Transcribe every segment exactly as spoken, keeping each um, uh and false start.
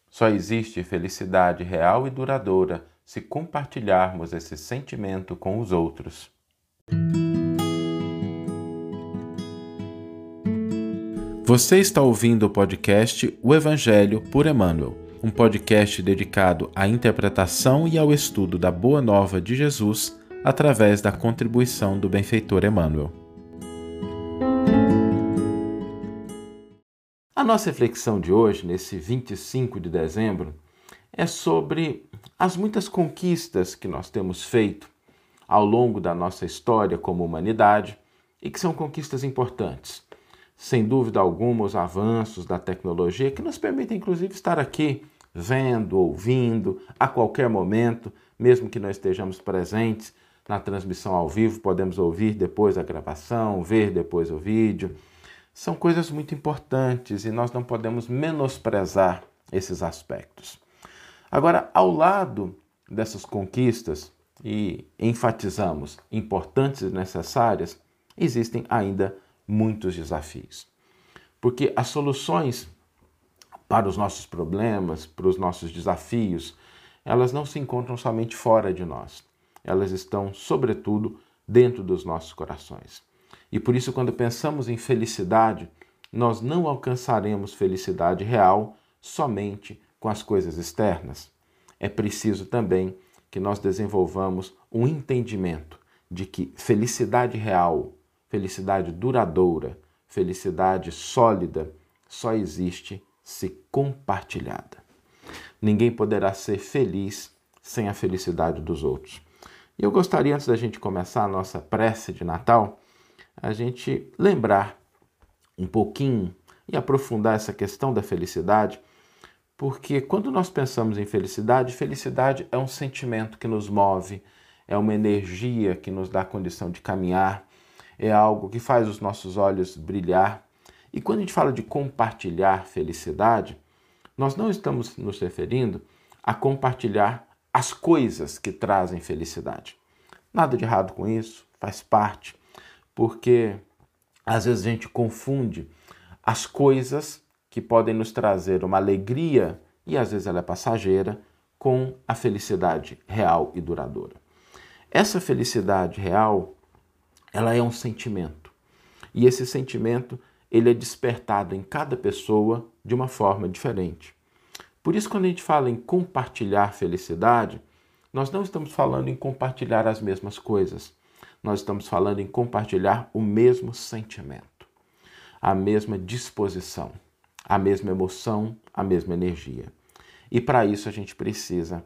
Só existe felicidade real e duradoura se compartilharmos esse sentimento com os outros. Você está ouvindo o podcast O Evangelho por Emmanuel, um podcast dedicado à interpretação e ao estudo da Boa Nova de Jesus através da contribuição do benfeitor Emmanuel. A nossa reflexão de hoje, nesse vinte e cinco de dezembro, é sobre as muitas conquistas que nós temos feito ao longo da nossa história como humanidade e que são conquistas importantes. Sem dúvida alguma, os avanços da tecnologia que nos permitem, inclusive, estar aqui vendo, ouvindo, a qualquer momento, mesmo que não estejamos presentes na transmissão ao vivo, podemos ouvir depois a gravação, ver depois o vídeo. São coisas muito importantes e nós não podemos menosprezar esses aspectos. Agora, ao lado dessas conquistas, e enfatizamos importantes e necessárias, existem ainda muitos desafios. Porque as soluções para os nossos problemas, para os nossos desafios, elas não se encontram somente fora de nós. Elas estão, sobretudo, dentro dos nossos corações. E por isso, quando pensamos em felicidade, nós não alcançaremos felicidade real somente com as coisas externas. É preciso também que nós desenvolvamos um entendimento de que felicidade real, felicidade duradoura, felicidade sólida, só existe se compartilhada. Ninguém poderá ser feliz sem a felicidade dos outros. E eu gostaria, antes da gente começar a nossa prece de Natal, a gente lembrar um pouquinho e aprofundar essa questão da felicidade, porque quando nós pensamos em felicidade, felicidade é um sentimento que nos move, é uma energia que nos dá a condição de caminhar, é algo que faz os nossos olhos brilhar. E quando a gente fala de compartilhar felicidade, nós não estamos nos referindo a compartilhar as coisas que trazem felicidade. Nada de errado com isso, faz parte. Porque às vezes a gente confunde as coisas que podem nos trazer uma alegria, e às vezes ela é passageira, com a felicidade real e duradoura. Essa felicidade real, ela é um sentimento. E esse sentimento, ele é despertado em cada pessoa de uma forma diferente. Por isso, quando a gente fala em compartilhar felicidade, nós não estamos falando em compartilhar as mesmas coisas. Nós estamos falando em compartilhar o mesmo sentimento, a mesma disposição, a mesma emoção, a mesma energia. E para isso a gente precisa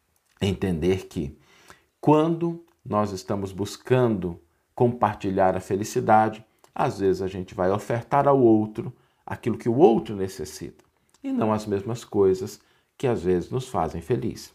entender que quando nós estamos buscando compartilhar a felicidade, às vezes a gente vai ofertar ao outro aquilo que o outro necessita e não as mesmas coisas que às vezes nos fazem feliz.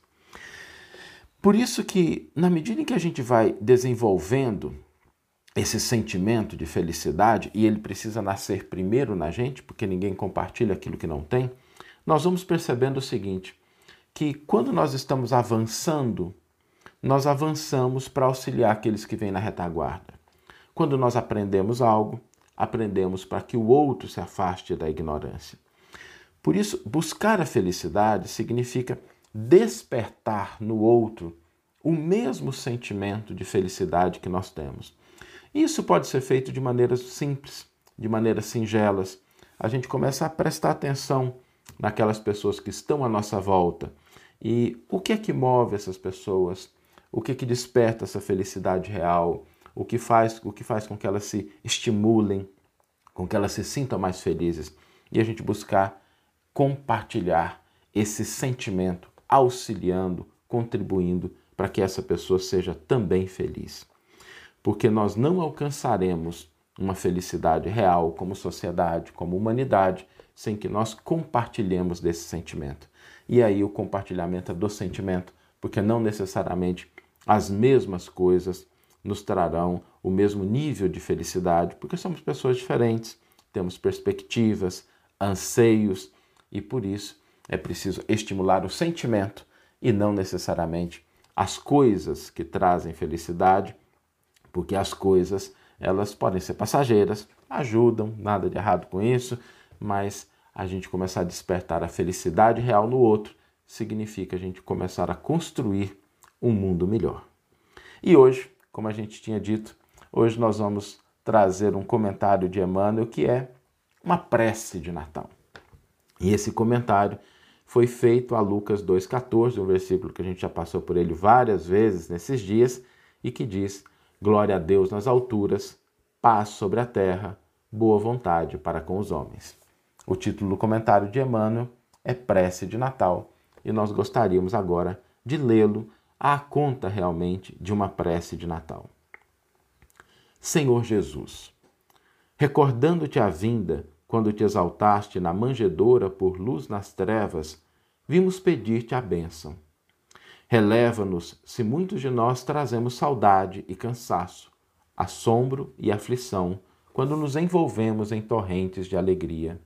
Por isso que, na medida em que a gente vai desenvolvendo esse sentimento de felicidade, e ele precisa nascer primeiro na gente, porque ninguém compartilha aquilo que não tem, nós vamos percebendo o seguinte, que quando nós estamos avançando, nós avançamos para auxiliar aqueles que vêm na retaguarda. Quando nós aprendemos algo, aprendemos para que o outro se afaste da ignorância. Por isso, buscar a felicidade significa despertar no outro o mesmo sentimento de felicidade que nós temos. Isso pode ser feito de maneiras simples, de maneiras singelas. A gente começa a prestar atenção naquelas pessoas que estão à nossa volta. E o que é que move essas pessoas? O que é que desperta essa felicidade real? O que faz, o que faz com que elas se estimulem, com que elas se sintam mais felizes? E a gente buscar compartilhar esse sentimento, auxiliando, contribuindo para que essa pessoa seja também feliz. Porque nós não alcançaremos uma felicidade real como sociedade, como humanidade, sem que nós compartilhemos desse sentimento. E aí o compartilhamento é do sentimento, porque não necessariamente as mesmas coisas nos trarão o mesmo nível de felicidade, porque somos pessoas diferentes, temos perspectivas, anseios, e por isso é preciso estimular o sentimento e não necessariamente as coisas que trazem felicidade, porque as coisas, elas podem ser passageiras, ajudam, nada de errado com isso, mas a gente começar a despertar a felicidade real no outro, significa a gente começar a construir um mundo melhor. E hoje, como a gente tinha dito, hoje nós vamos trazer um comentário de Emmanuel que é uma prece de Natal. E esse comentário foi feito a Lucas dois, quatorze, um versículo que a gente já passou por ele várias vezes nesses dias, e que diz: glória a Deus nas alturas, paz sobre a terra, boa vontade para com os homens. O título do comentário de Emmanuel é Prece de Natal, e nós gostaríamos agora de lê-lo à conta realmente de uma prece de Natal. Senhor Jesus, recordando-te a vinda, quando te exaltaste na manjedoura por luz nas trevas, vimos pedir-te a bênção. Releva-nos se muitos de nós trazemos saudade e cansaço, assombro e aflição, quando nos envolvemos em torrentes de alegria.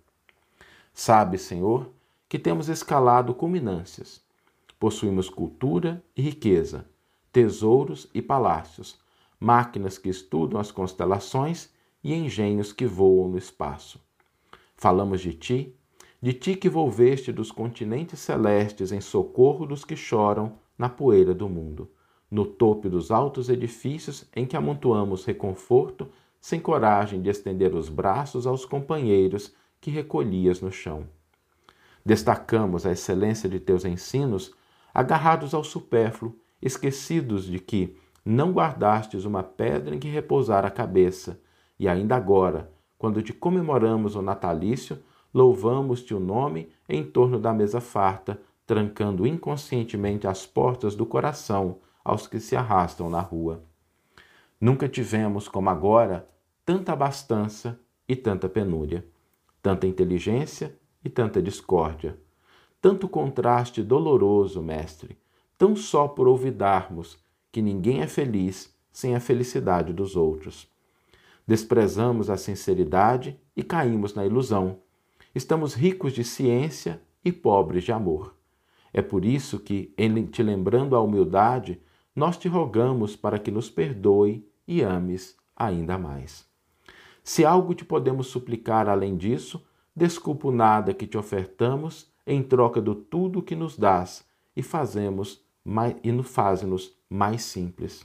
Sabe, Senhor, que temos escalado culminâncias. Possuímos cultura e riqueza, tesouros e palácios, máquinas que estudam as constelações e engenhos que voam no espaço. Falamos de ti, de ti que volveste dos continentes celestes em socorro dos que choram na poeira do mundo, no topo dos altos edifícios em que amontoamos reconforto, sem coragem de estender os braços aos companheiros que recolhias no chão. Destacamos a excelência de teus ensinos, agarrados ao supérfluo, esquecidos de que não guardastes uma pedra em que repousar a cabeça, e ainda agora, quando te comemoramos o natalício, louvamos-te o nome em torno da mesa farta, trancando inconscientemente as portas do coração aos que se arrastam na rua. Nunca tivemos, como agora, tanta abastança e tanta penúria, tanta inteligência e tanta discórdia, tanto contraste doloroso, mestre, tão só por olvidarmos que ninguém é feliz sem a felicidade dos outros. Desprezamos a sinceridade e caímos na ilusão. Estamos ricos de ciência e pobres de amor. É por isso que, em te lembrando a humildade, nós te rogamos para que nos perdoe e ames ainda mais. Se algo te podemos suplicar além disso, desculpa o nada que te ofertamos em troca do tudo que nos dás e fazemos mais, e nos faz-nos mais simples.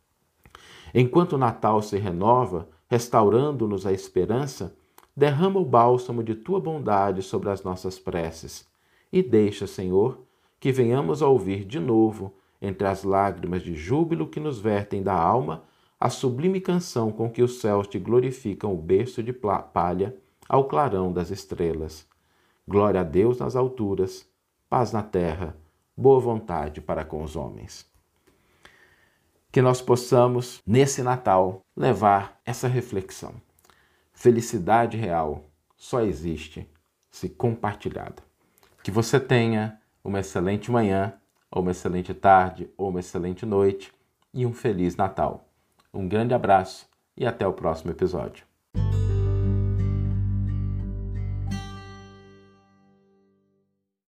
Enquanto o Natal se renova, restaurando-nos a esperança, derrama o bálsamo de tua bondade sobre as nossas preces e deixa, Senhor, que venhamos a ouvir de novo, entre as lágrimas de júbilo que nos vertem da alma, a sublime canção com que os céus te glorificam o berço de palha ao clarão das estrelas. Glória a Deus nas alturas, paz na terra, boa vontade para com os homens. Que nós possamos, nesse Natal, levar essa reflexão. Felicidade real só existe se compartilhada. Que você tenha uma excelente manhã, ou uma excelente tarde, ou uma excelente noite e um Feliz Natal. Um grande abraço e até o próximo episódio.